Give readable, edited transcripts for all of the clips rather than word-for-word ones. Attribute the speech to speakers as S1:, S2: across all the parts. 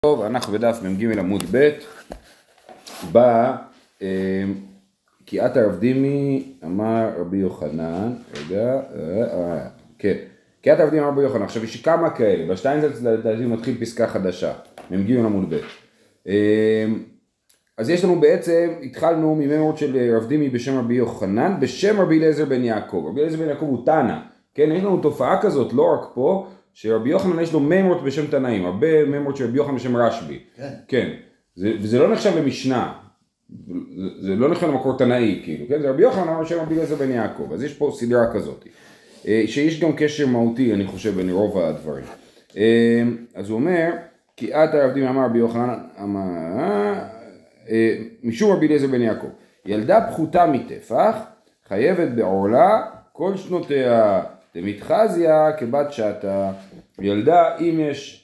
S1: טוב, אנחנו בדף מ"ג עמוד ב' קיאת הרב דימי אמר רבי יוחנן, כן, קיאת הרב דימי אמר רבי יוחנן, עכשיו יש כמה כאלה, בשטיינזלץ לדעתי מתחיל פסקה חדשה, מ"ג עמוד ב'. אז יש לנו בעצם, התחלנו מממרות של רב דימי בשם רבי יוחנן, בשם רבי אליעזר בן יעקב. רבי אליעזר בן יעקב הוא תנא, כן, יש לנו תופעה כזאת, לא רק פה, שרבי יוחנן יש לו ממרות בשם תנאים, הרבה ממרות של רבי יוחנן בשם רשב"י. כן. וזה לא נחשב למשנה, זה לא נחשב למקור תנאי, כאילו, כן? זה רבי יוחנן אמר בשם רבי אליעזר בן יעקב, אז יש פה סדרה כזאת, שיש גם קשר מהותי, אני חושב, בין רוב הדברים. אז הוא אומר, קיאת הרב דימי אמר רבי יוחנן, משום רבי אליעזר בן יעקב, ילדה פחותה מטפח, חייבת בעורלה כל שנותיה, דמתחזיה כבת שתה. ילדה, אם יש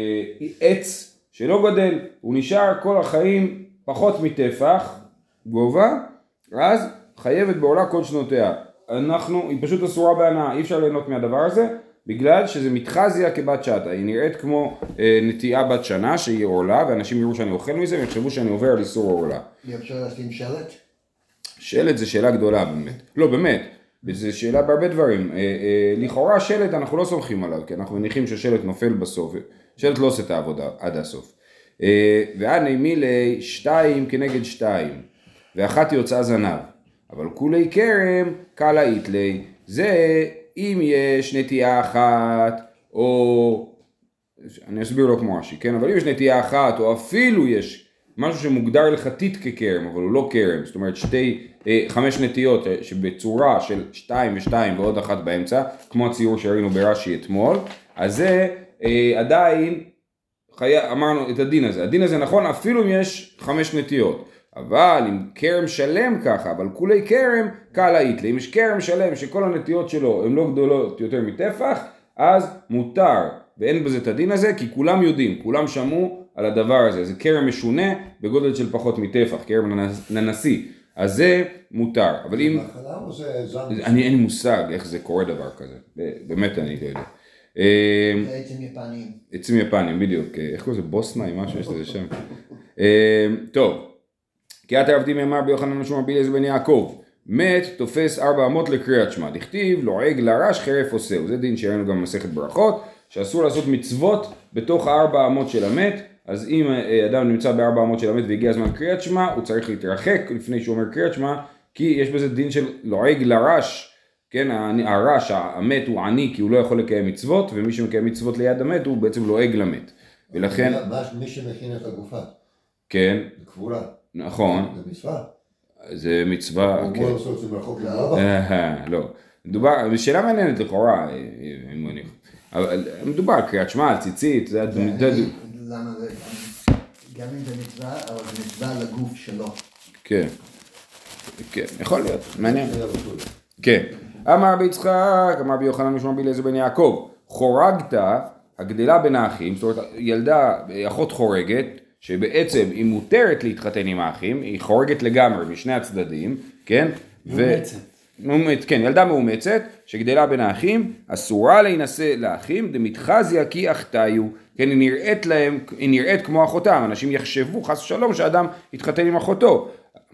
S1: עץ שלא גדל, הוא נשאר כל החיים פחות מטפח גובה, אז חייבת בעורלה כל שנותיה. היא פשוט אסורה בהנאה, אי אפשר ליהנות מהדבר הזה, בגלל שזה מתחזיה כבת שתה. היא נראית כמו נטייה בת שנה שהיא עורלה, ואנשים יראו שאני אוכל מזה והם יחשבו שאני עובר על איסור עורלה.
S2: אפשר לשים שלט?
S1: שלט זה שאלה גדולה באמת. לא, באמת. וזו שאלה בהרבה דברים. לכאורה שלט אנחנו לא סומכים עליו, כי אנחנו מניחים ששלט נופל בסוף. שלט לא עושה את העבודה עד הסוף. ועני מילי 2 כנגד 2, ואחת יוצאה זנב. אבל כולי כרם קלה איתלי. זה אם יש נטייה אחת, או אני אסביר לו כמו רש"י, כן? אבל אם יש נטייה אחת, או אפילו יש משהו שמוגדר הלכתית ככרם, אבל הוא לא כרם, זאת אומרת 5 נטיות שבצורה של 2 ו2 ועוד אחת באמצע, כמו הציור שראינו ברש"י אתמול, אז זה עדיין, אמרנו את הדין הזה, הדין הזה נכון אפילו אם יש 5 נטיות, אבל אם כרם שלם ככה, אבל כולי כרם קלה איתלי, אם יש כרם שלם שכל הנטיות שלו הן לא גדולות יותר מטפח, אז מותר, ואין בזה את הדין הזה, כי כולם יודעים, כולם שמעו על הדבר הזה, זה כרם משונה בגודל של פחות מטפח, כרם ננסי, אז זה מותר. אבל אם... אין לי מושג איך זה קורה דבר כזה, באמת אני לא יודע.
S2: זה עצים יפניים.
S1: עצים יפניים, בדיוק, איך קוראים לזה? בוסנאי, משהו יש לזה שם. טוב, קיאת הרב דימי אמר רבי יוחנן משום רבי אליעזר בן יעקב, מת תופס 4 אמות לקריאת שמע, דכתיב לועג לרש חרף עושהו, זה דין שראינו גם במסכת ברכות, שאסור לעשות מצוות בתוך 4 אמות של המת, אז אם אדם נמצא ב4 אמות של המת והגיע הזמן קריאת שמע, הוא צריך להתרחק לפני שהוא אומר קריאת שמע, כי יש בזה דין של לועג לרש, כן, הרש, המת הוא עני כי הוא לא יכול לקיים מצוות, ומי שמקיים מצוות ליד המת הוא בעצם לועג למת. ולכן...
S2: מי שמכין את הגופה.
S1: כן.
S2: זה קבורה.
S1: נכון.
S2: זה מצווה.
S1: זה מצווה,
S2: הוא
S1: כן.
S2: בוא לעשות את זה מרחוק לאבא.
S1: לא. מדובר, שאלה מעניינת לכאורה, אבל מדובר על קריאת שמע, על ציצית, זה...
S2: למה זה? גם אם זה מצווה, אבל זה מצווה לגוף שלו.
S1: כן. כן, יכול להיות, מעניין. כן. אמר רבי יצחק, אמר רבי יוחנן משום רבי אליעזר בן יעקב, חורגת, הגדלה בין האחים, זאת אומרת, ילדה, אחות חורגת, שבעצם היא מותרת להתחתן עם האחים, היא חורגת לגמרי משני הצדדים, כן? מאומצת. כן, ילדה מאומצת, שגדלה בין האחים, אסורה להינשא לאחים, דמתחזיה כי אחתיו, כן, היא נראית כמו אחותם, אנשים יחשבו חס ושלום שאדם יתחתן עם אחותו.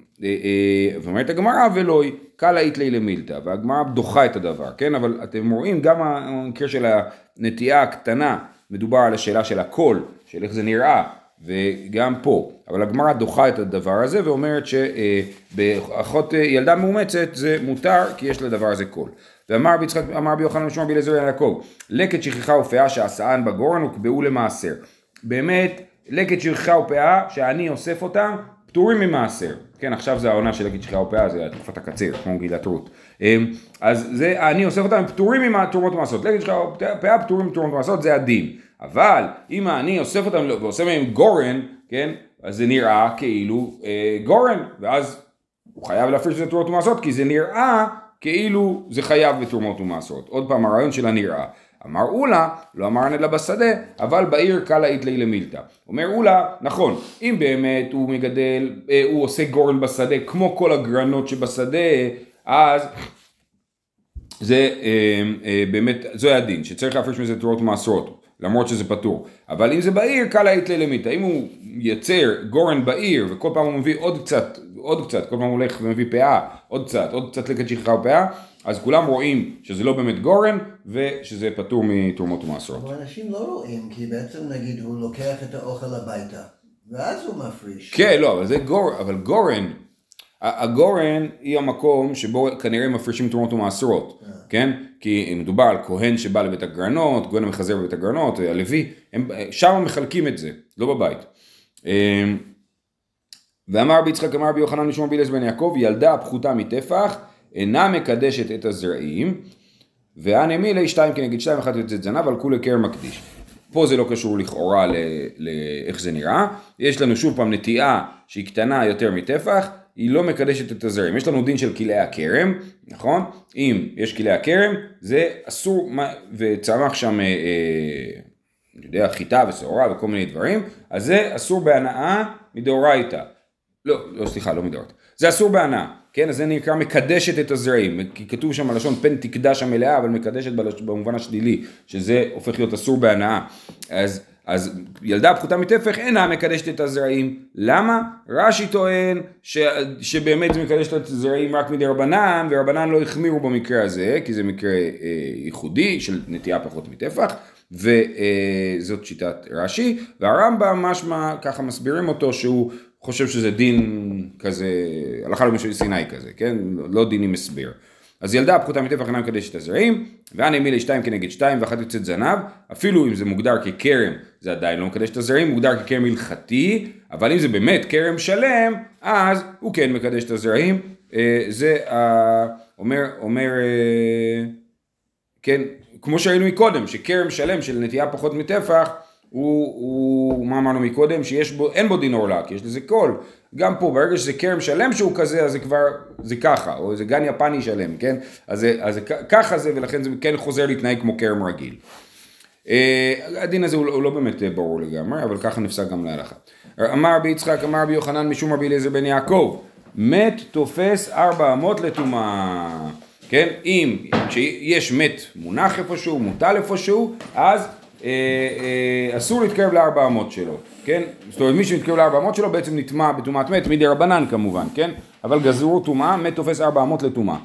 S1: ואומרת הגמרא ולוי, קלה איתלי למילתא, והגמרא דוחה את הדבר, כן? אבל אתם רואים, גם המקרה של הנטייה הקטנה, מדובר על השאלה של הקול, של איך זה נראה, וגם פה, אבל הגמרא דוחה את הדבר הזה ואומרת שבאחות ילדה מאומצת זה מותר כי יש לדבר הזה קול. ואמר רבי יוחנן משום רבי אליעזר בן יעקב, לקט שכחה ופאה שעשאן בגורן הוקבעו למעשר. באמת לקט שכחה ופאה שאני אוסף אותם פטורים ממעשר. כן, עכשיו זה העונה של לקט שכחה ופאה, זה תקופת הקציר כמו גילת רות. אז זה אני אוסף אותם פטורים מתרומות ומעשרות. לקט שכחה ופאה פטורים מתרומות ומעשרות, זה הדין. אבל אם אני אוסף אותם ועושה מהם גורן, כן, אז זה נראה כאילו גורן, ואז הוא חייב להפריש את תרומות ומעשרות, כי זה נראה כאילו זה חייב בתרומות ומעשרות. עוד פעם, הרעיון של הנראה. אמר אולה, לא אמר נדלה בשדה, אבל בעיר קלה איתלי למילתא. אומר אולה, נכון, אם באמת הוא מגדל, הוא עושה גורן בשדה, כמו כל הגרנות שבשדה, אז זה באמת, זו הדין, שצריך להפריש מזה תרומות ומעשרות. למרות שזה פטור. אבל אם זה בעיר, קל היתלה למיתה. אם הוא יצר גורן בעיר, וכל פעם הוא מביא עוד קצת, כל פעם הוא הולך ומביא פאה, עוד קצת לקט שכחה ופאה, אז כולם רואים שזה לא באמת גורן, ושזה פטור מתרומות ומעשרות.
S2: אבל אנשים לא רואים, כי בעצם נגיד הוא לוקח את האוכל הביתה, ואז הוא מפריש.
S1: כן, לא, אבל גורן, הגורן היא המקום שבו כנראה מפרישים תרומות ומעשרות, כן? כי מדובר על כהן שבא לבית הגרנות, כהן המחזר בבית הגרנות, הלוי, שם מחלקים את זה, לא בבית. ואמר רבי יצחק, אמר רבי יוחנן משום רבי אליעזר בן יעקב, ילדה הפחותה מטפח, אינה מקדשת את הזרעים, והנמילה 2 כנגד 2, 1 יוצאת זנב, על כולי קרם מקדיש. פה זה לא קשור לכאורה לאיך זה נראה, יש לנו שוב פעם נטיעה שהיא קטנה יותר מטפח, היא לא מקדשת את הזרעים. יש לנו דין של כלי הכרם, נכון? אם יש כלי הכרם, זה אסור, וצמח שם, אני יודע, חיטה ושעורה וכל מיני דברים, אז זה אסור בהנאה מדאורייתא. לא, סליחה, לא מדאורייתא. זה אסור בהנאה, כן? אז זה נקרא מקדשת את הזרעים, כי כתוב שם הלשון פן תקדש המלאה, אבל מקדשת במובן השלילי, שזה הופך להיות אסור בהנאה. אז ילדה פחותה מטפח אינה מקדשת את הזרעים. למה? רש"י טוען שבאמת זה מקדשת את הזרעים רק מדי רבנן, ורבנן לא החמירו במקרה הזה, כי זה מקרה ייחודי של נטייה פחות מטפח, וזאת שיטת רש"י, והרמב"ם משמע ככה מסבירים אותו שהוא חושב שזה דין כזה, הלכה למשל סיני כזה, כן? לא דין עם הסבר. אז ילדה פחותה מטפח אינה מקדשת את הזרעים, והנמילה 2 כנגד 2 ואחת יוצאת זנב, אפילו אם זה מוגדר ככרם, זה עדיין לא מקדש את הזרעים, מוגדר ככרם הלכתי, אבל אם זה באמת כרם שלם, אז הוא כן מקדש את הזרעים. זה אומר, כן, כמו שראינו מקודם, שכרם שלם של נטייה פחות מטפח, מה אמרנו מקודם? אין בו דין עורלה, כי יש לזה קול. גם פה, ברגע שזה כרם שלם שהוא כזה, אז זה כבר, זה ככה, או זה גן יפני שלם, כן? אז זה ככה זה, ולכן זה כן חוזר להתנהג כמו כרם רגיל. הדין הזה הוא לא באמת ברור לגמרי, אבל ככה נפסק גם להלכה. אמר רבי יצחק, אמר רבי יוחנן משום רבי אליעזר בן יעקב, מת תופס 400 לטומאה. כן? אם כשיש מת מונח איפשהו, מוטל איפשהו, אז אסור להתקרב ל400 שלו, כן? זאת אומרת, מי שמתקרב ל400 שלו בעצם נטמע בטומאת מת, מדי רבנן כמובן, כן? אבל גזרו טומאה, מת תופס 400 לטומאה.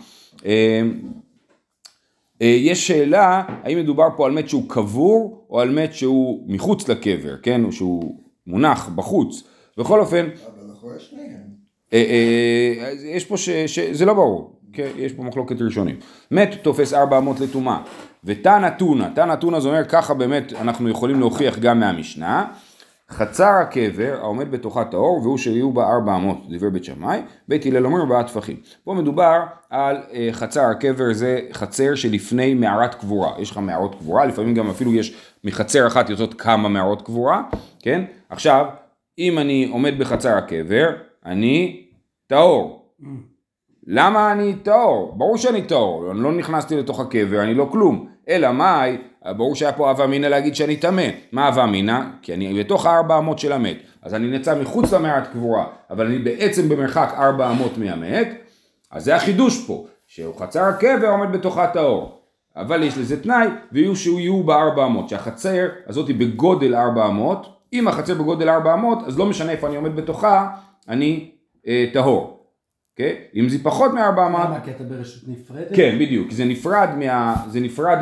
S1: יש שאלה, האם מדובר פה על מת שהוא קבור, או על מת שהוא מחוץ לקבר, כן? או שהוא מונח בחוץ. בכל אופן,
S2: אבל לכאורה שניהם.
S1: יש פה זה לא ברור. כן, יש פה מחלוקת ראשונים. מת תופס 400 לטומאה. ותנא תונא זה אומר, ככה באמת אנחנו יכולים להוכיח גם מהמשנה, חצר הקבר העומד בתוכה טהור, והוא שיהיו בה 400, דברי בית שמאי, בית הלל אומר 4 טפחים. פה מדובר על חצר הקבר, זה חצר שלפני מערת קבורה. יש לך מערות קבורה, לפעמים גם אפילו יש מחצר אחת יוצאות כמה מערות קבורה, כן? עכשיו, אם אני עומד בחצר הקבר, אני טהור. למה אני טהור? ברור שאני טהור, אני לא נכנסתי לתוך הקבר, אני לא כלום. אלא מאי, ברור שהיה פה אהבה מינה להגיד שאני טמא. מה אהבה מינה? כי אני בתוך 400 של המת. אז אני נצא מחוץ למערת קבורה, אבל אני בעצם במרחק 400 מהמת. אז זה החידוש פה, שהוא חצר הקבר עומד בתוכה טהור. אבל יש לזה תנאי, ויהיו שהוא יהיו ב400, שהחצר הזאת היא בגודל 400. אם החצר בגודל 400, אז לא משנה איפה אני עומד בתוכה, אני טהור. Okay? אם זה פחות מ400...
S3: למה? כי אתה ברשות נפרדת?
S1: כן, בדיוק. כי זה נפרד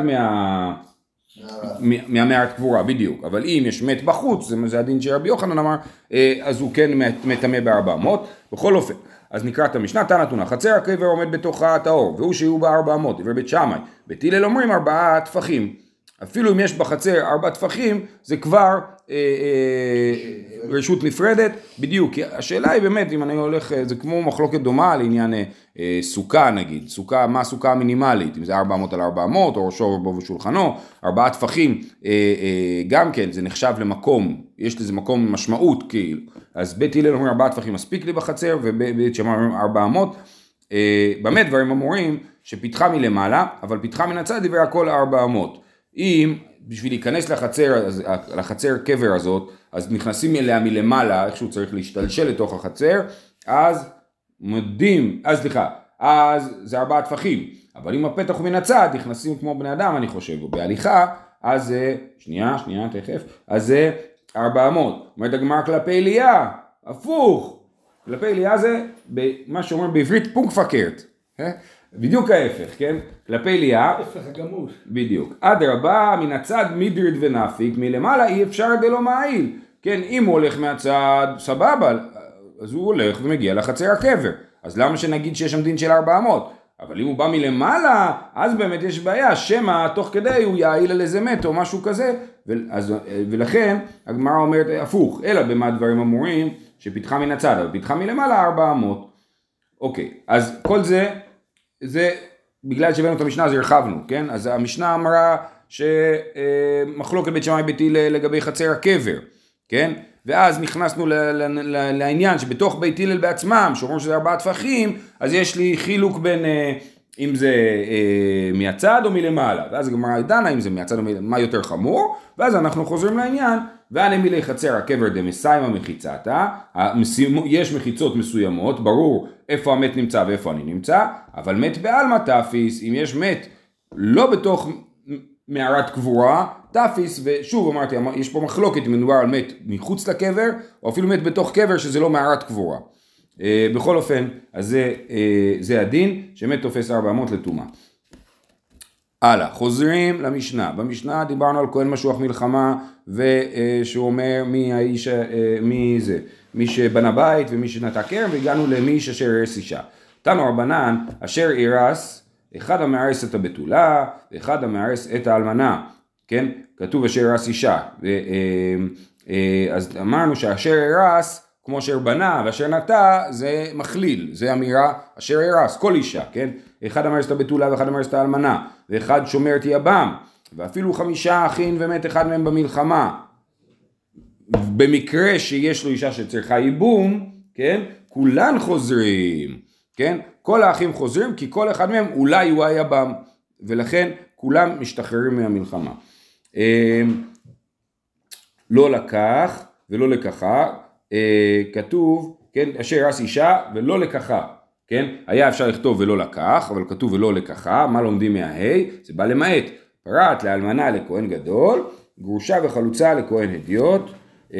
S1: מהמערת קבורה, בדיוק. אבל אם יש מת בחוץ, זה הדין שרבי יוחנן אמר, אז הוא כן מטמא ב400. בכל אופן, אז נקרא את המשנה, תנא תונא, חצר הקבר עומד בתוכה טהור, והוא שיהיו ב400, דברי בית שמאי. בית הלל אומרים 4 טפחים. אפילו אם יש בחצר 4 טפחים, זה כבר רשות נפרדת, בדיוק. השאלה היא באמת, אם אני הולך, זה כמו מחלוקת דומה לעניין סוכה נגיד, סוכה, מה הסוכה המינימלית, אם זה 400 על 400, או ראשו בו ושולחנו, 4 טפחים, גם כן, זה נחשב למקום, יש לזה מקום משמעות, כאילו. אז בית הלל אומרים 4 טפחים מספיק לי בחצר, ובית שמאי אומרים 400, באמת דברים אמורים, שפיתחה מלמעלה, אבל פיתחה מן הצד דברי הכל 400. אם בשביל להיכנס לחצר קבר הזאת, אז נכנסים אליה מלמעלה, איכשהו צריך להשתלשל לתוך החצר, אז זה 4 טפחים. אבל אם הפתח הוא מן הצד, נכנסים כמו בני אדם, אני חושב, בהליכה, אז זה, שנייה, תכף, אז זה 400. אומרת הגמרא כלפי אליה, הפוך. כלפי אליה זה, מה שאומרים בעברית, פונק פקרט. בדיוק ההפך, כן? כלפי אליה,
S3: ההפך הגמור.
S1: בדיוק. אדרבה, מן הצד מדריד ונפיק, מלמעלה אי אפשר דלא מעיל. כן, אם הוא הולך מהצד, סבבה, אז הוא הולך ומגיע לחצר הקבר. אז למה שנגיד שיש שם דין של 400? אבל אם הוא בא מלמעלה, אז באמת יש בעיה, שמא תוך כדי הוא יעיל על איזה מת או משהו כזה, ולכן הגמרא אומרת הפוך, אלא במה דברים אמורים שפיתחה מן הצד, אבל פיתחה מלמעלה 400. אוקיי, אז כל זה בגלל שהבאנו את המשנה אז הרחבנו, כן? אז המשנה אמרה שמחלוקת בית שמאי בית הלל לגבי חצר הקבר, כן? ואז נכנסנו לעניין שבתוך בית הלל בעצמם, שאומרים שזה 4 טפחים, אז יש לי חילוק בין אם זה מהצד או מלמעלה, ואז הגמרא דנה אם זה מהצד או מלמעלה, מה יותר חמור, ואז אנחנו חוזרים לעניין, והנמילי חצר הקבר דמסיימה מחיצתה, יש מחיצות מסוימות, ברור איפה המת נמצא ואיפה אני נמצא, אבל מת בעלמא תפיס, אם יש מת לא בתוך מערת קבורה, תפיס, ושוב אמרתי, יש פה מחלוקת אם מדובר על מת מחוץ לקבר, או אפילו מת בתוך קבר שזה לא מערת קבורה. בכל אופן, אז זה הדין, שמת תופס 400 לטומאה. הלאה, חוזרים למשנה. במשנה דיברנו על כהן משוח מלחמה, ושהוא אומר מי שבנה בית ומי שנטע כרם, והגענו למי אשר הרס אישה. תנו רבנן, אשר הרס, אחד המארס את הבתולה, ואחד המארס את האלמנה, כן? כתוב אשר הרס אישה. אז אמרנו שאשר הרס, כמו אשר בנה ואשר נטע, זה מכליל, זה אמירה אשר הרס, כל אישה, כן? אחד המארס את הבתולה ואחד המארס את האלמנה, ואחד שומר את יבם, ואפילו 5 אחים ומת אחד מהם במלחמה. במקרה שיש לו אישה שצריכה ייבום, כן? כולן חוזרים, כן? כל האחים חוזרים כי כל אחד מהם אולי הוא היבם, ולכן כולם משתחררים מהמלחמה. לא לקח ולא לקחה, כתוב, כן, אשר הרס אישה ולא לקחה, כן? היה אפשר לכתוב ולא לקח, אבל כתוב ולא לקחה, מה לומדים מההי? זה בא למעט, פרט לאלמנה לכהן גדול, גרושה וחלוצה לכהן הדיוט,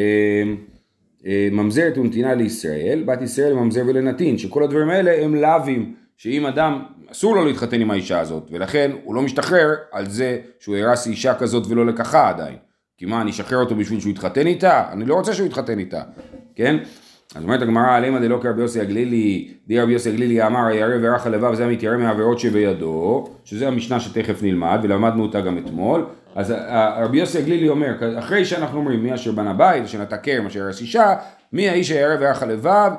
S1: ממזרת ונתינה לישראל, בת ישראל לממזר ולנתין, שכל הדברים האלה הם לאווים, שאם אדם אסור לו להתחתן עם האישה הזאת, ולכן הוא לא משתחרר על זה שהוא הרס אישה כזאת ולא לקחה עדיין. כי מה, אני אשחרר אותו בשביל שהוא יתחתן איתה? אני לא רוצה שהוא יתחתן איתה, כן? אז אומרת הגמרא, עלימה דלא כרבי יוסי הגלילי, רבי יוסי הגלילי אמר, הירא ורך הלבב, זה המתיירא מהעבירות שבידו, שזה המשנה שתכף נלמד, ולמדנו אותה גם אתמול. אז רבי יוסי הגלילי אומר, אחרי שאנחנו אומרים מי אשר בנה בית, שנטע כרם, אשר הרס אישה, מי האיש הירא ורך הלבב,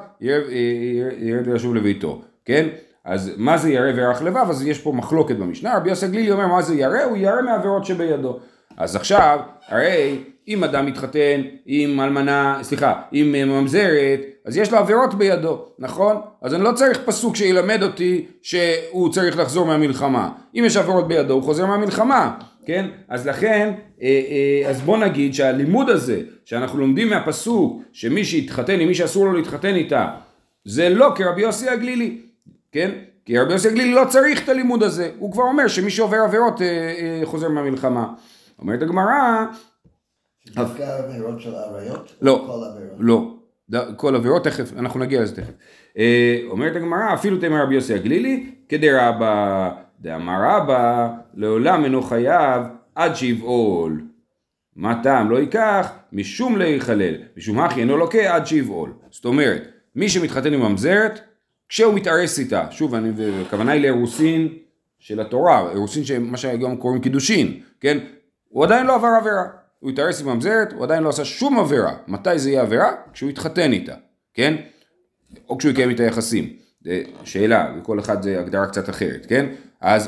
S1: ירד וישוב לביתו, כן? אז מה זה ירא ורך לבב? אז יש פה מחלוקת במשנה. רבי יוסי הגלילי אומר, מה זה ירא? הוא ירא מהעבירות שבידו. אז עכשיו, הרי אם אדם מתחתן עם אלמנה, עם ממזרת, אז יש לו עבירות בידו, נכון? אז אני לא צריך פסוק שילמד אותי שהוא צריך לחזור מהמלחמה. אם יש עבירות בידו, הוא חוזר מהמלחמה, כן? אז לכן, אז בוא נגיד שהלימוד הזה, שאנחנו לומדים מהפסוק, שמי שיתחתן עם מי שאסור לו להתחתן איתה, זה לא כרבי יוסי הגלילי, כן? כי רבי יוסי הגלילי לא צריך את הלימוד הזה, הוא כבר אומר שמי שעובר עבירות חוזר מהמלחמה. אומרת הגמרא,
S2: דווקא עבירות של עריות?
S1: לא,
S2: כל עבירות?
S1: לא, כל עבירות, תכף, אנחנו נגיע לזה תכף. אומרת הגמרא, אפילו תאמר רבי יוסי הגלילי, כדרבא דאמר רבא, לעולם אינו חייב עד שיבעול. מה טעם לא ייקח? משום לא יחלל, משום הכי אינו לוקה עד שיבעול. זאת אומרת, מי שמתחתן עם ממזרת, כשהוא מתארס איתה, שוב, הכוונה היא לאירוסין של התורה, אירוסין שמה שהיום קוראים קידושין, כן? הוא עדיין לא עבר עבירה, הוא התארס עם ממזרת, הוא עדיין לא עשה שום עבירה. מתי זה יהיה עבירה? כשהוא יתחתן איתה, כן? או כשהוא יקיים איתה יחסים. שאלה, וכל אחד זה הגדרה קצת אחרת, כן? אז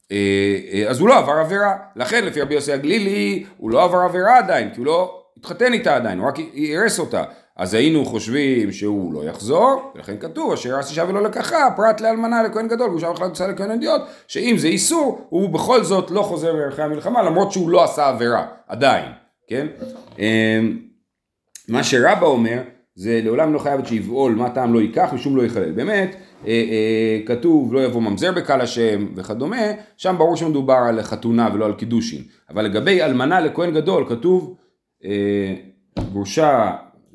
S1: הוא לא עבר עבירה, לכן לפי רבי יוסי הגלילי, הוא לא עבר עבירה עדיין, כי הוא לא התחתן איתה עדיין, הוא רק ירס אותה. אז היינו חושבים שהוא לא יחזור, ולכן כתוב, אשר הרס אישה ולא לקחה, פרט לאלמנה לכהן גדול, גרושה וחלוצה לכהן הדיוט, שאם זה איסור, הוא בכל זאת לא חוזר מערכי המלחמה, למרות שהוא לא עשה עבירה, עדיין, כן? מה שרבא אומר, זה לעולם לא חייב את שיבעול, מה טעם לא ייקח ושום לא יחלל. באמת, כתוב לא יבוא ממזר בקהל השם וכדומה, שם ברור שמדובר על חתונה ולא על קידושין. אבל לגבי אלמנה לכהן גדול, כתוב גרושה,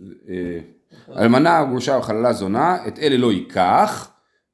S1: אלמנה גרושה וחללה זונה, את אלה לא ייקח,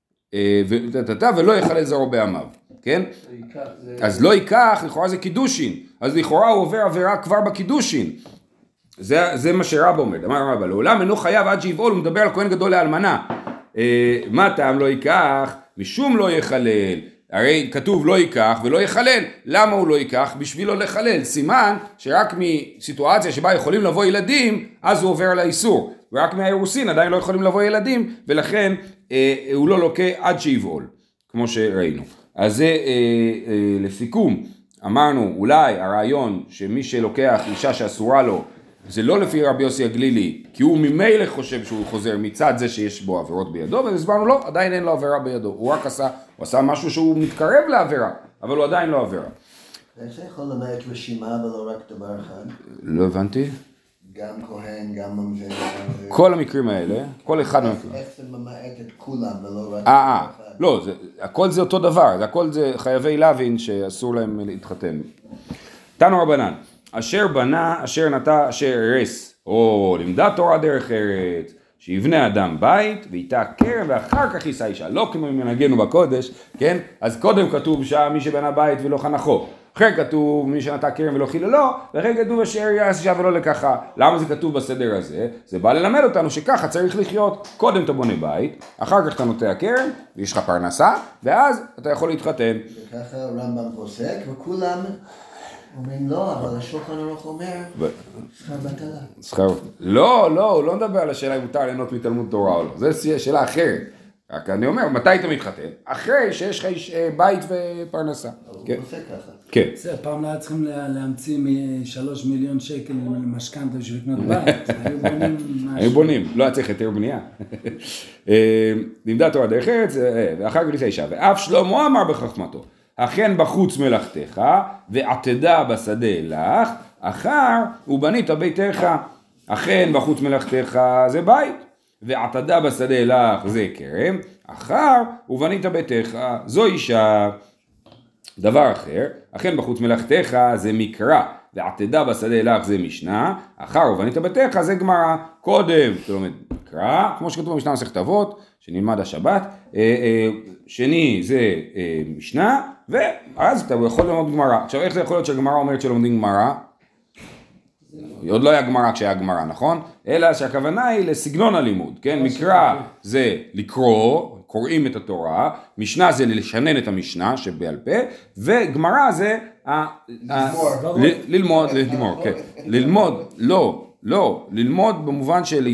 S1: ולא יחלל זרעו בעמיו, כן? אז לא ייקח, לכאורה זה קידושין, אז לכאורה הוא עובר עבירה כבר בקידושין. זה מה שרב אומר, אמר רבא, לעולם אינו חייב עד שיבעול, הוא מדבר על כהן גדול לאלמנה. מה טעם לא ייקח? משום לא יחלל. הרי כתוב לא ייקח ולא יחלל. למה הוא לא ייקח? בשביל לא לחלל. סימן שרק מסיטואציה שבה יכולים לבוא ילדים, אז הוא עובר על האיסור. ורק מהאירוסין עדיין לא יכולים לבוא ילדים, ולכן הוא לא לוקה עד שיבעול, כמו שראינו. אז זה לסיכום, אמרנו אולי הרעיון שמי שלוקח אישה שאסורה לו, זה לא לפי רבי יוסי הגלילי, כי הוא ממילא חושב שהוא חוזר מצד זה שיש בו עבירות בידו, והסברנו לא, עדיין אין לו עבירה בידו, הוא רק עשה משהו שהוא מתקרב לעבירה, אבל הוא עדיין לא עבירה.
S2: איך זה יכול למעט רשימה ולא רק דבר אחד?
S1: לא הבנתי.
S2: גם כהן, גם ממזר.
S1: כל המקרים האלה, כל אחד מהמקרים.
S2: איך זה ממעט את כולם ולא רק
S1: אחד? לא, הכל זה אותו דבר, הכל זה חייבי לוין שאסור להם להתחתן. תנו רבנן. אשר בנה, אשר נטע, אשר הרס, או לימדה תורה דרך ארץ, שיבנה אדם בית, ואיתה כרם, ואחר כך יישא אישה, לא כמו מנהגנו בקודש, כן? אז קודם כתוב שם מי שבנה בית ולא חנכו, אחר כתוב מי שנטע כרם ולא חיללו, ואחר כתוב אשר יעש אישה ולא לקחה. למה זה כתוב בסדר הזה? זה בא ללמד אותנו שככה צריך לחיות, קודם אתה בונה בית, אחר כך אתה נוטע כרם, ויש לך פרנסה, ואז אתה יכול להתחתן.
S2: וככה רמב"ם פוסק, וכולם אומרים לא, אבל השולחן ערוך אומר, שכר בטלה.
S1: לא, הוא לא מדבר על השאלה אם מותר ליהנות מתלמוד תורה או לא, זו שאלה אחרת. רק אני אומר, מתי אתה מתחתן? אחרי שיש לך בית ופרנסה.
S2: הוא עושה ככה.
S1: כן.
S3: זה, פעם לא היה צריכים להמציא מ3 מיליון שקל למשכנתא בשביל לקנות בית. היו
S1: בונים, לא היה צריך היתר בנייה. לימדה תורה דרך ארץ, ואחר כך יישא אישה. ואף שלמה אמר בחכמתו, אכן בחוץ מלאכתך, ועתדה בשדה לך, אחר ובנית ביתך. אכן בחוץ מלאכתך זה בית, ועתדה בשדה לך זה כרם, אחר ובנית ביתך זו אישה. דבר אחר, אכן בחוץ מלאכתך זה מקרא, ועתדה בשדה לך זה משנה, אחר ובנית ביתך זה גמרא. קודם אתה לומד מקרא, כמו שכתוב במשנה מסכת אבות, שנלמד השבת, שני זה משנה, ואז אתה יכול ללמוד גמרא. עכשיו איך זה יכול להיות שהגמרא אומרת שלומדים גמרא? עוד לא היה גמרא כשהיה גמרא, נכון? אלא שהכוונה היא לסגנון הלימוד, כן? מקרא זה לקרוא, קוראים את התורה, משנה זה לשנן את המשנה שבעל פה, וגמרא זה ללמוד, כן. ללמוד במובן של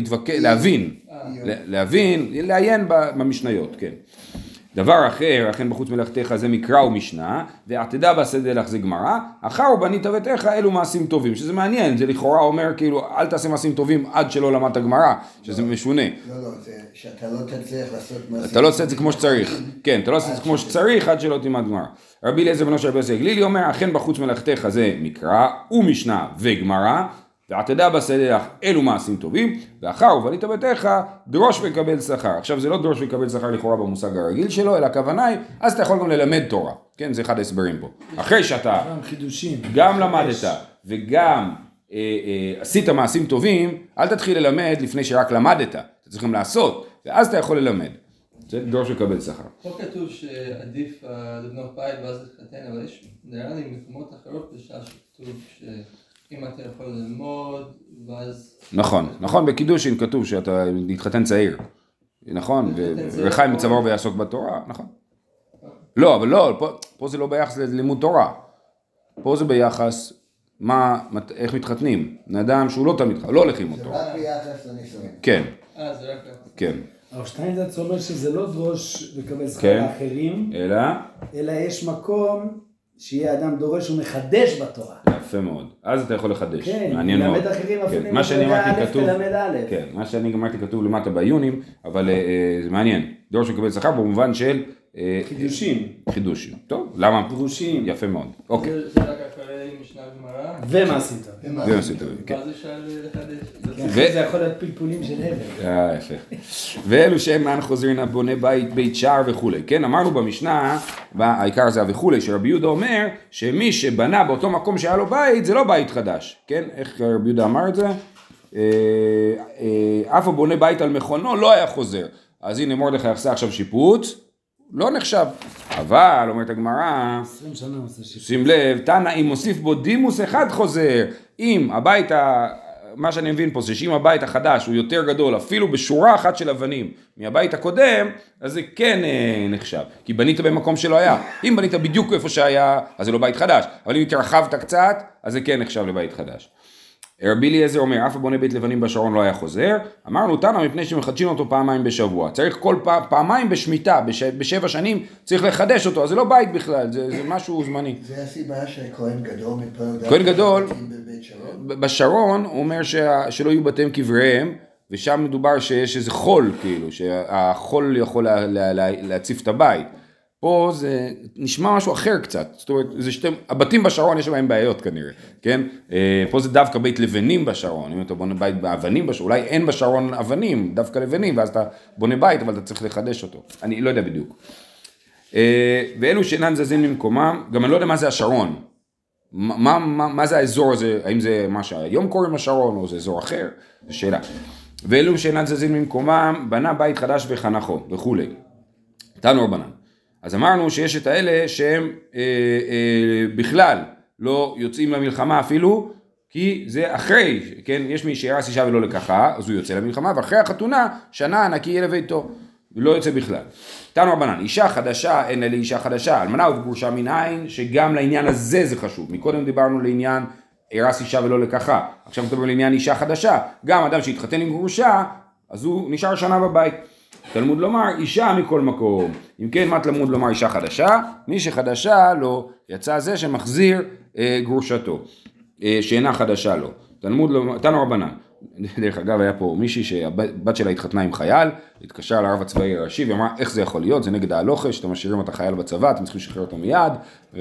S1: להבין, לעיין במשניות, כן. דבר אחר, אכן בחוץ מלאכתך זה מקרא ומשנה, ועתדה בשדה לך זה גמרא, אחר ובנית ביתך אלו מעשים טובים, שזה מעניין, זה לכאורה אומר כאילו אל תעשה מעשים טובים עד שלא למדת גמרא, שזה משונה.
S2: לא, זה שאתה לא תצליח לעשות מעשים.
S1: אתה לא עושה את זה כמו שצריך, כן, אתה לא עושה את זה כמו שצריך עד שלא תלמד גמרא. רבי אליעזר בנו של רבי יוסי הגלילי אומר, אכן בחוץ מלאכתך זה מקרא ומשנה וגמרא, ועתדה בשדה לך אלו מעשים טובים, ואחר ובנית ביתך דרוש וקבל שכר. עכשיו זה לא דרוש וקבל שכר לכאורה במושג הרגיל שלו, אלא הכוונה היא, אז אתה יכול גם ללמד תורה, כן, זה אחד ההסברים פה. אחרי שאתה גם למדת וגם עשית מעשים טובים, אל תתחיל ללמד לפני שרק למדת, אתה צריך גם לעשות, ואז אתה יכול ללמד. זה דרוש וקבל שכר.
S4: פה כתוב שעדיף לבנות בית ואז להתחתן, אבל יש נראה לי מקומות אחרות בשעה שכתוב אם אתה יכול ללמוד, ואז...
S1: נכון, בקידושין כתוב שאתה להתחתן צעיר, נכון? וחיים מצוואר ויעסוק בתורה, נכון? לא, אבל לא, פה זה לא ביחס ללימוד תורה, פה זה ביחס, איך מתחתנים, אדם שהוא לא תמיד, לא הולך ללמוד תורה.
S2: זה רק ביחס לנישואים.
S1: כן.
S4: זה רק...
S1: כן.
S3: אבל שטיינזלץ אומר שזה לא דרוש לקבל שכר לאחרים, אלא יש מקום שיהיה אדם דורש ומחדש בתורה.
S1: יפה מאוד. אז אתה יכול לחדש.
S3: כן,
S1: מעניין מאוד.
S3: ללמד אחרים אפילו.
S1: מה שאני אמרתי כתוב.
S3: כן,
S1: מה שאני אמרתי כתוב למטה בעיונים, אבל זה מעניין. דורש לקבל שכר במובן של
S3: חידושים.
S1: טוב, למה?
S3: דרושים.
S1: יפה מאוד. אוקיי.
S4: זה רק אחרי משנה גמרא.
S3: ומעשית.
S1: כן.
S4: ואז אפשר לחדש.
S3: זה יכול להיות פלפולים של הבל.
S1: יפה. ואלו שאינן חוזרים בונה בית שער וכולי. כן, אמרנו במשנה, העיקר זה וכולי, שרבי יהודה אומר שמי שבנה באותו מקום שהיה לו בית, זה לא בית חדש. כן, איך רבי יהודה אמר את זה? אף הבונה בית על מכונו לא היה חוזר. אז הנה מרדכי עשה עכשיו שיפוץ, לא נחשב. אבל, אומרת הגמרא,
S3: 20 שנה עושה שיפוץ.
S1: שים לב, תנא אם מוסיף בו דימוס אחד חוזר, אם הבית, מה שאני מבין פה זה שאם הבית החדש הוא יותר גדול, אפילו בשורה אחת של אבנים מהבית הקודם, אז זה כן נחשב, כי בנית במקום שלא היה. אם בנית בדיוק איפה שהיה, אז זה לא בית חדש, אבל אם התרחבת קצת, אז זה כן נחשב לבית חדש. רבי אליעזר אומר, אף הבונה בית לבנים בשרון לא היה חוזר, אמרנו תנא מפני שמחדשים אותו פעמיים בשבוע, צריך כל פעמיים בשמיטה, בשבע שנים צריך לחדש אותו, אז זה לא בית בכלל, זה משהו זמני.
S2: זה הסיבה שכהן גדול מתפלל
S1: כהן גדול,
S2: בבית שרון?
S1: בשרון הוא אומר שלא יהיו בתיהם קבריהם, ושם מדובר שיש איזה חול, כאילו, שהחול יכול להציף את הבית. פה זה נשמע משהו אחר קצת, זאת אומרת, הבתים בשרון יש להם בעיות כנראה, כן? פה זה דווקא בית לבנים בשרון, אם אתה בונה בית באבנים בשרון, אולי אין בשרון אבנים, דווקא לבנים, ואז אתה בונה בית, אבל אתה צריך לחדש אותו, אני לא יודע בדיוק. ואלו שאינן זזים למקומם, גם אני לא יודע מה זה השרון, מה זה האזור הזה, האם זה מה שהיום קוראים השרון, או זה אזור אחר, זו שאלה. ואלו שאינן זזים למקומם, בנה בית חדש וחנכו, וכולי. תנו רבנן. אז אמרנו שיש את האלה שהם בכלל לא יוצאים למלחמה אפילו, כי זה אחרי, כן, יש מי שירס אישה ולא לקחה, אז הוא יוצא למלחמה, ואחרי החתונה, שנה נקי יהיה לביתו, ולא יוצא בכלל. תנו רבנן, אישה חדשה, אין לה אישה חדשה, אלמנה וגרושה מן עין, שגם לעניין הזה זה חשוב. מקודם דיברנו לעניין ירס אישה ולא לקחה, עכשיו מדברים לעניין אישה חדשה, גם אדם שהתחתן עם גרושה, אז הוא נשאר שנה בבית. תלמוד לומר אישה מכל מקום, אם כן מה תלמוד לומר אישה חדשה? מי שחדשה לו יצא זה שמחזיר גרושתו, שאינה חדשה לו. תלמוד לומר, תנו רבנן, דרך אגב היה פה מישהי שהבת שלה התחתנה עם חייל, התקשר לרב הצבאי הראשי ואמרה איך זה יכול להיות, זה נגד ההלוכה, שאתם משאירים את החייל בצבא, אתם צריכים לשחרר אותו מיד,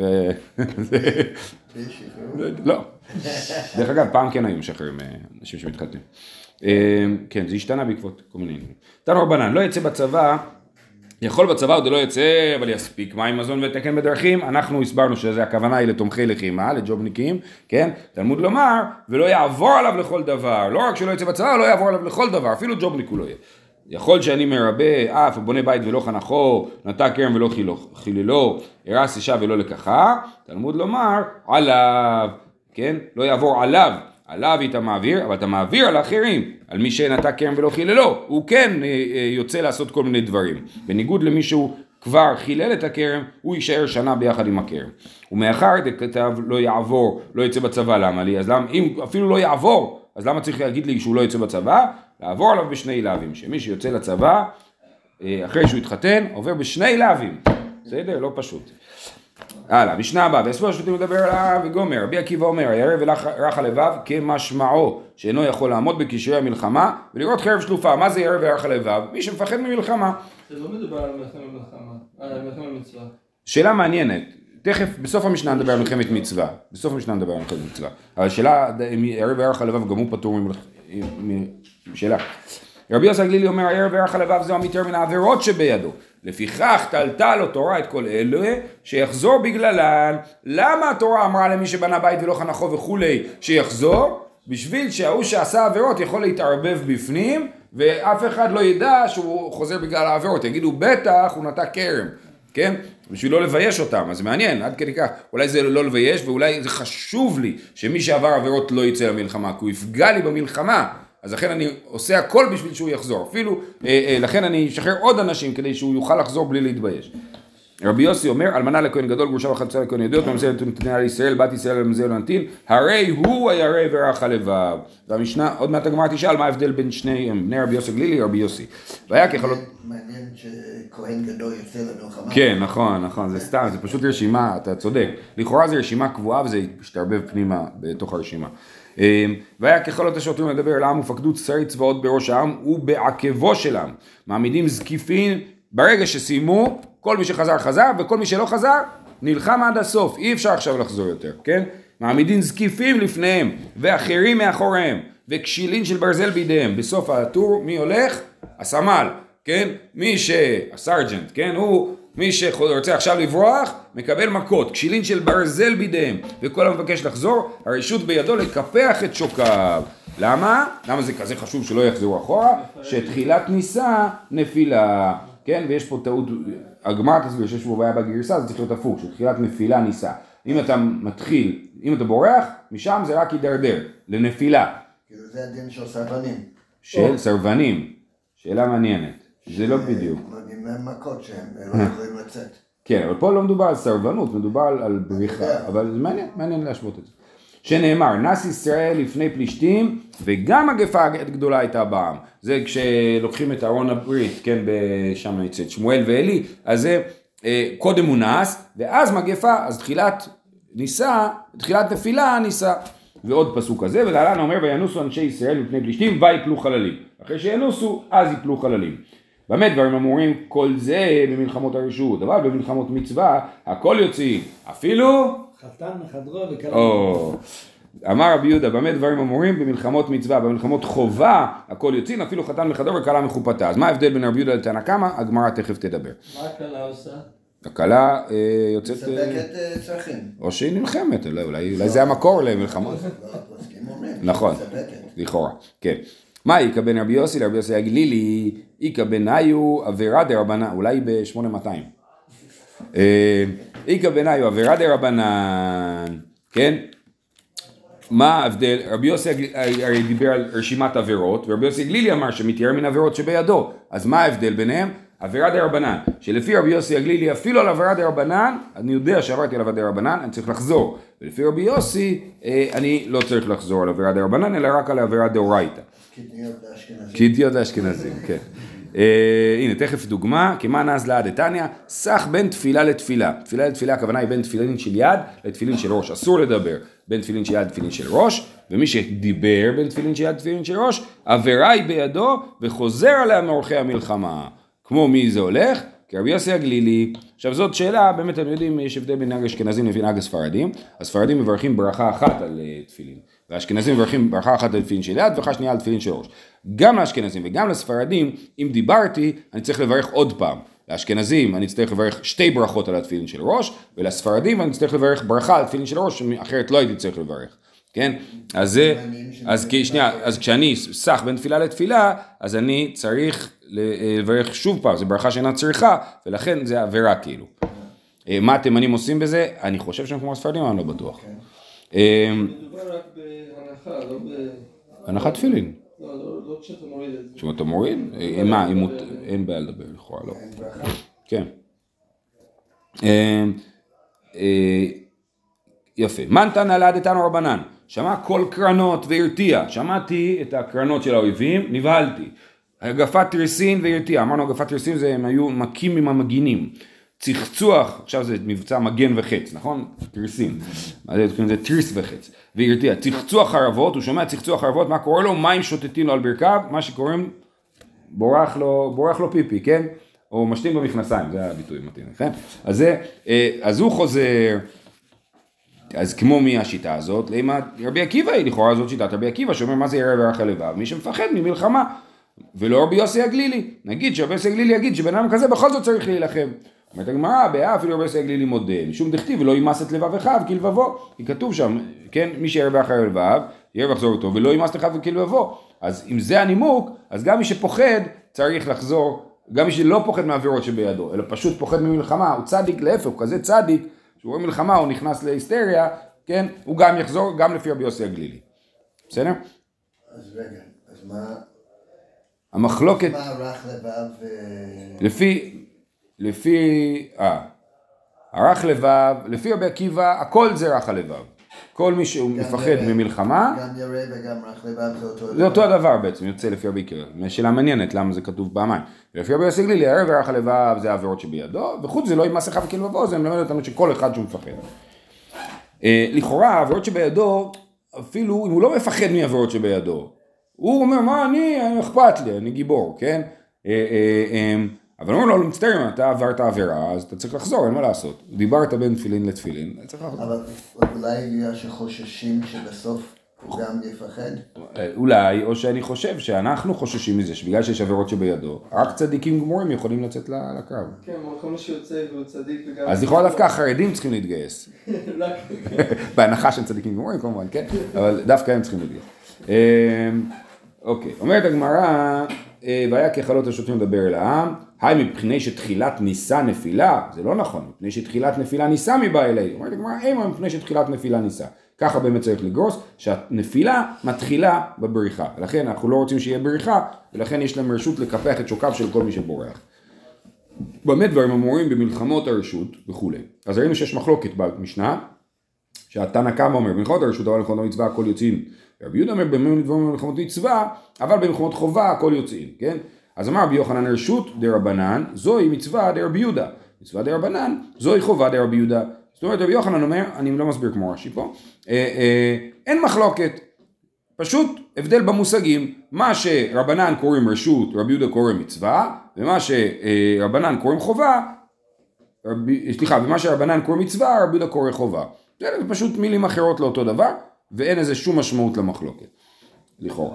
S1: לא, דרך אגב פעם כן היו משחררים אנשים שמתחתנים. כן, זה השתנה בעקבות כל מיני עניינים. תנו רבנן, לא יצא בצבא, יכול בצבא עוד לא יצא, אבל יספיק מים, מזון ותקן בדרכים, אנחנו הסברנו שזה הכוונה היא לתומכי לחימה, לג'ובניקים, כן? תלמוד לומר, ולא יעבור עליו לכל דבר, לא רק שלא יצא בצבא, לא יעבור עליו לכל דבר, אפילו ג'ובניק הוא לא יהיה. יכול שאני מרבה, אף בונה בית ולא חנכו, נטע כרם ולא חיללו, הרס אישה ולא לקחה, תלמוד לומר, עליו, כן? לא יעבור עליו. עליו אתה מעביר, אבל אתה מעביר על האחרים, על מי שנטע כרם ולא חיללו, הוא כן יוצא לעשות כל מיני דברים. בניגוד למי שהוא כבר חילל את הכרם, הוא יישאר שנה ביחד עם הכרם. ומאחר כתב לא יעבור, לא יצא בצבא, למה לי? אז למה, אם אפילו לא יעבור, אז למה צריך להגיד לי שהוא לא יצא בצבא? לעבור עליו בשני להבים, שמי שיוצא לצבא, אחרי שהוא יתחתן, עובר בשני להבים. בסדר? לא פשוט. הלאה, משנה הבאה, והספר השותים מדבר עליו וגומר, רבי עקיבא אומר, הירא ורך הלבב כמשמעו, שאינו יכול לעמוד בקשרי המלחמה, ולראות חרב שלופה, מה זה ירא ורך הלבב? מי שמפחד ממלחמה.
S4: זה לא מדובר על מלחמה, על מלחמה מצווה.
S1: שאלה מעניינת, תכף, בסוף המשנה נדבר על מלחמת מצווה, אבל שאלה, אם ירא ורך הלבב גם הוא פטור שאלה. רבי יוסי הגלילי אומר, הירא ורך הלבב זהו המתיר מן העבירות שבידו. לפיכך תלתה לו תורה את כל אלה שיחזור בגללן. למה התורה אמרה למי שבנה בית ולא חנכו וכולי שיחזור? בשביל שההוא שעשה עבירות יכול להתערבב בפנים ואף אחד לא ידע שהוא חוזר בגלל העבירות. יגידו בטח הוא נטע כרם, כן? בשביל לא לבייש אותם. אז זה מעניין, עד כדי כך. אולי זה לא לבייש ואולי זה חשוב לי שמי שעבר עבירות לא יצא למלחמה, כי הוא יפגע לי במלחמה. אז לכן אני עושה הכל בשביל שהוא יחזור, אפילו לכן אני אשחרר עוד אנשים כדי שהוא יוכל לחזור בלי להתבייש. רבי יוסי אומר, אלמנה לכהן גדול, גרושה וחצה לכהן ידיעות, ממזל נתנה לישראל, בת ישראל למזל לנתין, הרי הוא הירא ורך הלבב. והמשנה, עוד מעט הגמרא תשאל מה ההבדל בין שניהם, בני רבי יוסי גלילי רבי יוסי. והיה ככלות...
S2: מעניין שכהן גדול יוצא למלחמה.
S1: כן, נכון, זה סתם, זה פשוט רשימה, אתה צודק. לכאורה זה רשימה קבועה וזה משתרבב פנימה בתוך הרשימה. והיה ככלות השוטרים לדבר אל העם ופקדו שרי צבאות בראש העם ובעקבו של העם. מעמידים זקיפים, ברגע שסיימו, כל מי שחזר חזר וכל מי שלא חזר נלחם עד הסוף, אי אפשר עכשיו לחזור יותר, כן? מעמידים זקיפים לפניהם, ואחרים מאחוריהם, וכשילין של ברזל בידיהם. בסוף הטור, מי הולך? הסמל, כן? הסרג'נט, כן? מי שרוצה עכשיו לברוח, מקבל מכות, כשילין של ברזל בידיהם, וכל המבקש לחזור, הרשות בידו לקפח את שוקיו. למה? למה זה כזה חשוב שלא יחזרו אחורה? שתחילת ניסה נפילה, כן? ויש פה טעות, הגמרא תסביר שיש פה בעיה בגרסה, זה צריך להיות הפוך, שתחילת נפילה ניסה. אם אתה בורח, משם זה רק יידרדר, לנפילה.
S2: כאילו זה הדין של סרבנים.
S1: של סרבנים, שאלה מעניינת, זה לא בדיוק.
S2: נותנים להם מכות שהם לא יכולים לצאת.
S1: כן, אבל פה לא מדובר על סרבנות, מדובר על בריחה, אבל זה מעניין להשוות את זה. שנאמר, נס ישראל לפני פלישתים, וגם מגפה גדולה הייתה בעם. זה כשלוקחים את ארון הברית, כן, שם אצל שמואל ואלי, אז זה קודם הוא נס, ואז מגפה, אז תחילת נפילה ניסה. ועוד פסוק כזה, ולהלן אומר, וינוסו אנשי ישראל לפני פלישתים, ויפלו חללים. אחרי שינוסו, אז יפלו חללים. באמת דברים אמורים, כל זה במלחמות הרשות, אבל במלחמות מצווה, הכל יוצאים, אפילו
S3: חתן מחדרו וכלה.
S1: אמר רבי יהודה, באמת דברים אמורים במלחמות מצווה, במלחמות חובה, הכל יוצאים, אפילו חתן מחדרו וכלה מחופתה. אז מה ההבדל בין רבי יהודה לתנא קמא? הגמרא תכף תדבר.
S4: מה הכלה עושה?
S1: הכלה יוצאת...
S2: מספקת צרכים.
S1: או שהיא נלחמת, אולי זה המקור למלחמות. נכון, לכאורה, כן. מה איכא בן רבי יוסי לרבי יוסי הגלילי, איכא בניו עבירה דרבנן, אולי ב-8200. איכא בניו עבירה דרבנן, כן? מה ההבדל? רבי יוסי הרי דיבר על רשימת עבירות, ורבי יוסי הגלילי אמר שמתיירא מן עבירות שבידו, אז מה ההבדל ביניהם? עבירה דרבנן, שלפי רבי יוסי הגלילי אפילו על עבירה דרבנן, אני יודע שעברתי על עבירה דרבנן, אני צריך לחזור, ולפי רבי יוסי אני לא צריך לחזור על עבירה דרבנן, אלא רק על עבירה דאורייתא. קטניות לאשכנזים, כן. הנה תכף דוגמה, כמה נז לה דתניא, סך בין תפילה לתפילה. תפילה לתפילה הכוונה היא בין תפילין של יד לתפילין של ראש, אסור לדבר בין תפילין של יד לתפילין של ראש, ומי שדיבר בין תפילין של יד לתפילין של ראש, עבירה היא בידו וחוזר עליה מאורחי המלחמה. כמו מי זה הולך? כרבי יוסי הגלילי. עכשיו זאת שאלה, באמת אתם יודעים, יש הבדל בין נהג אשכנזים לבין נהג הספרדים. הספרדים מברכים ברכה אחת על תפילין, והאשכנזים מברכים ברכה אחת על תפילין של יד, וברכה שנייה על תפילין של ראש. גם לאשכנזים וגם לספרדים, אם דיברתי, אני צריך לברך עוד פעם. לאשכנזים אני צריך לברך שתי ברכות על התפילין של ראש, ולספרדים אני צריך לברך ברכה על תפילין של ראש, אחרת לא הייתי צריך לברך. כן? אז כשאני סך בין תפילה לתפילה, אז אני צריך לברך שוב פעם, זה ברכה שאינה צריכה, ולכן זה עבירה כאילו. מה התימנים עושים בזה? אני חושב שהם כמו הספרדים, אני לא בטוח.
S4: מדובר רק בהנחה, לא ב...
S1: הנחת תפילין.
S4: לא כשאתה מוריד את זה.
S1: כשאתה מוריד? אין בעיה לדבר, לכאורה, לא. כן. יפה. מנתן עלה דתנו רבנן. שמע כל קרנות והרתיע. שמעתי את הקרנות של האויבים, נבהלתי. הגפת תריסין והרתיע. אמרנו הגפת תריסין זה הם היו מכים עם המגינים. צחצוח, עכשיו זה מבצע מגן וחץ, נכון? תריסין. זה תריס וחץ. והרתיע. צחצוח חרבות, הוא שומע צחצוח חרבות, מה קורה לו? מים שוטטים לו על ברכיו, מה שקוראים בורח לו פיפי, כן? או משתין במכנסיים, זה הביטוי מתאים, כן? אז הוא חוזר, אז כמו מי השיטה הזאת? למה רבי עקיבא היא לכאורה זאת שיטת רבי עקיבא, שאומר מה זה ירא ורך הלבב? מי שמפחד ממלחמה, ולא רבי יוסי הגלילי. נגיד שרבי יוסי הגלילי יגיד שבן אדם כזה בכל זאת צריך להילחם. אומרת הגמרא, אפילו רבי יוסי הגלילי מודה, משום דכתיב ולא ימס את לבבך כלבבו, כי כתוב שם, כן, מי שירא ורך הלבב, ירא ויחזור אותו, ולא ימס לך כלבבו. אז אם זה הנימוק, אז גם מי שפוחד צריך לחזור, גם מי שלא פוחד מהעבירות שבידו, אלא פשוט פוחד ממלחמה, הוא צדיק להפך, הוא כזה צדיק, שהוא רואה מלחמה, הוא נכנס להיסטריה, כן, הוא גם יחזור, גם לפי רבי יוסי הגלילי. בסדר?
S2: אז רגע, אז מה...
S1: המחלוקת...
S2: מה רך לבב
S1: לפי... ערך לבב, לפי רבי עקיבא, הכל זה רך הלבב. כל מי שהוא מפחד ממלחמה...
S2: גם ירא וגם רך לבב זה אותו דבר.
S1: זה אותו הדבר בעצם, יוצא לפי רבי עקיבא. שאלה מעניינת, למה זה כתוב פעמיים. לפי רבי יוסי הגלילי, ערב רך הלבב זה העבירות שבידו, וחוץ זה לא ימס לך וכלבבו, זה מלמד אותנו שכל אחד שהוא מפחד. לכאורה, העבירות שבידו, אפילו אם הוא לא מפחד מהעבירות שבידו, הוא אומר, מה אני אכפת לי, אני גיבור, כן? אבל אומרים לו, מצטער, אם אתה עברת עבירה, אז אתה צריך לחזור, אין מה לעשות. דיברת בין תפילין לתפילין, צריך לחזור.
S2: אבל אולי בגלל שחוששים שבסוף הוא גם יפחד?
S1: אולי, או שאני חושב שאנחנו חוששים מזה, שבגלל שיש עבירות שבידו, רק צדיקים גמורים יכולים לצאת לקרב.
S4: כן, כל מי שיוצא והוא צדיק וגם...
S1: אז לכאורה דווקא החרדים צריכים להתגייס. בהנחה שהם צדיקים גמורים כמובן, כן? אבל דווקא הם צריכים להתגייס. אוקיי, אומרת הגמרא, והיה ככלות השוטרים לדבר אל העם, היי מבחיני שתחילת ניסה נפילה, זה לא נכון, מפני שתחילת נפילה ניסה מבא אלי, אומרת הגמרא, אימה מפני שתחילת נפילה ניסה. ככה באמת צריך לגרוס, שהנפילה מתחילה בבריחה, ולכן אנחנו לא רוצים שיהיה בריחה, ולכן יש להם רשות לקפח את שוקיו של כל מי שבורח. באמת דברים אמורים במלחמות הרשות וכו'. אז ראינו שיש מחלוקת במשנה, שהתנא קמא אומר, במלחמות הרשות, אבל במלחמות מצווה הכל יוצאים. רבי יהודה אומר, במלחמות מצווה, אבל במלחמות חובה הכל יוצאים, כן? אז אמר רבי יוחנן רשות דרבנן, זוהי מצווה דרבי יהודה. מצווה דרבנן, זוהי חובה דרבי יהודה. זאת אומרת, רבי יוחנן אומר, אני לא מסביר כמו רש"י פה, אין מחלוקת, פשוט הבדל במושגים, מה שרבנן קוראים רשות, רבי יהודה קוראים מצווה, ומה שרבנן קוראים חובה, ומה שרבנן קוראים מצווה, רבי יהודה קורא חובה. זה פשוט מילים אחרות לאותו דבר, ואין איזה שום משמעות למחלוקת, לכאורה.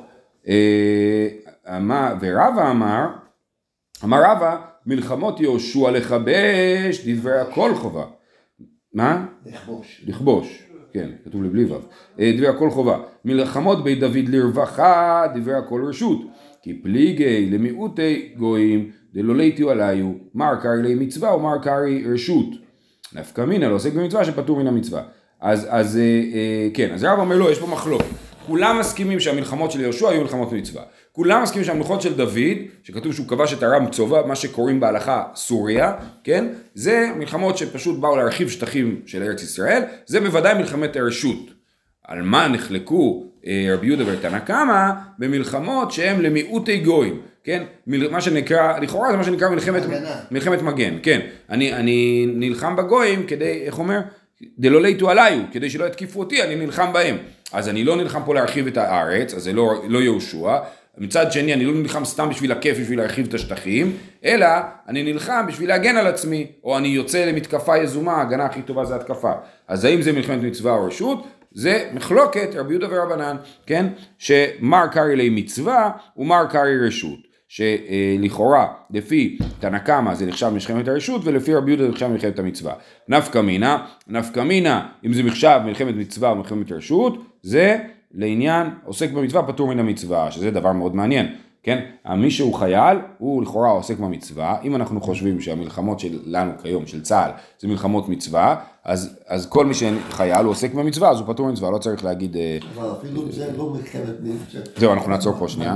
S1: ורבא אמר רבא, מלחמות יהושע לכבש, דברי הכל חובה. מה? לכבוש, כן, כתוב לי בלי וו. דברי הכל חובה. מלחמות בית דוד לרווחה, דברי הכל רשות. כי פליגי למיעוטי גויים, דלא ליתיו עליו, מר קרי לי מצווה ומר קרי רשות. נפקא מינה, לא עוסק במצווה שפטור מן המצווה. אז כן, אז רב אומר לו, יש פה מחלוקת. כולם מסכימים שהמלחמות של יהושע היו מלחמות מצווה. כולם מסכימים שהמלחמות של דוד, שכתוב שהוא כבש את הרם צובע, מה שקוראים בהלכה סוריה, כן? זה מלחמות שפשוט באו להרחיב שטחים של ארץ ישראל, זה בוודאי מלחמת הרשות. על מה נחלקו רבי יהודה ותנא קמא? במלחמות שהם למיעוטי גויים, כן? מה שנקרא, לכאורה זה מה שנקרא מלחמת מגן, כן? אני נלחם בגויים כדי, איך אומר? דלא ליתו עליו, כדי שלא יתקיפו אותי, אני נלחם בהם. אז אני לא נלחם פה להרחיב את הארץ, אז זה לא יהושע. מצד שני, אני לא נלחם סתם בשביל הכיף, בשביל להרחיב את השטחים, אלא אני נלחם בשביל להגן על עצמי, או אני יוצא למתקפה יזומה, ההגנה הכי טובה זה התקפה. אז האם זה מלחמת מצווה או רשות? זה מחלוקת רבי יהודה ורבנן, כן? שמר קרי לי מצווה ומר קרי רשות. שלכאורה, לפי תנא קמא זה נחשב מלחמת הרשות, ולפי רבי יהודה זה נחשב מלחמת המצווה. נפקא מינה, אם זה נחשב מלחמת מצווה או מלחמת רשות, זה לעניין עוסק במצווה פטור מן המצווה, שזה דבר מאוד מעניין, כן? מי שהוא חייל, הוא לכאורה עוסק במצווה. אם אנחנו חושבים שהמלחמות שלנו כיום, של צה"ל, זה מלחמות מצווה, אז כל מי שחייל הוא עוסק במצווה, אז הוא פטור ממצווה, לא צריך להגיד...
S2: אבל אפילו זה לא מלחמת מצווה.
S1: זהו, אנחנו נעצור פה שנייה.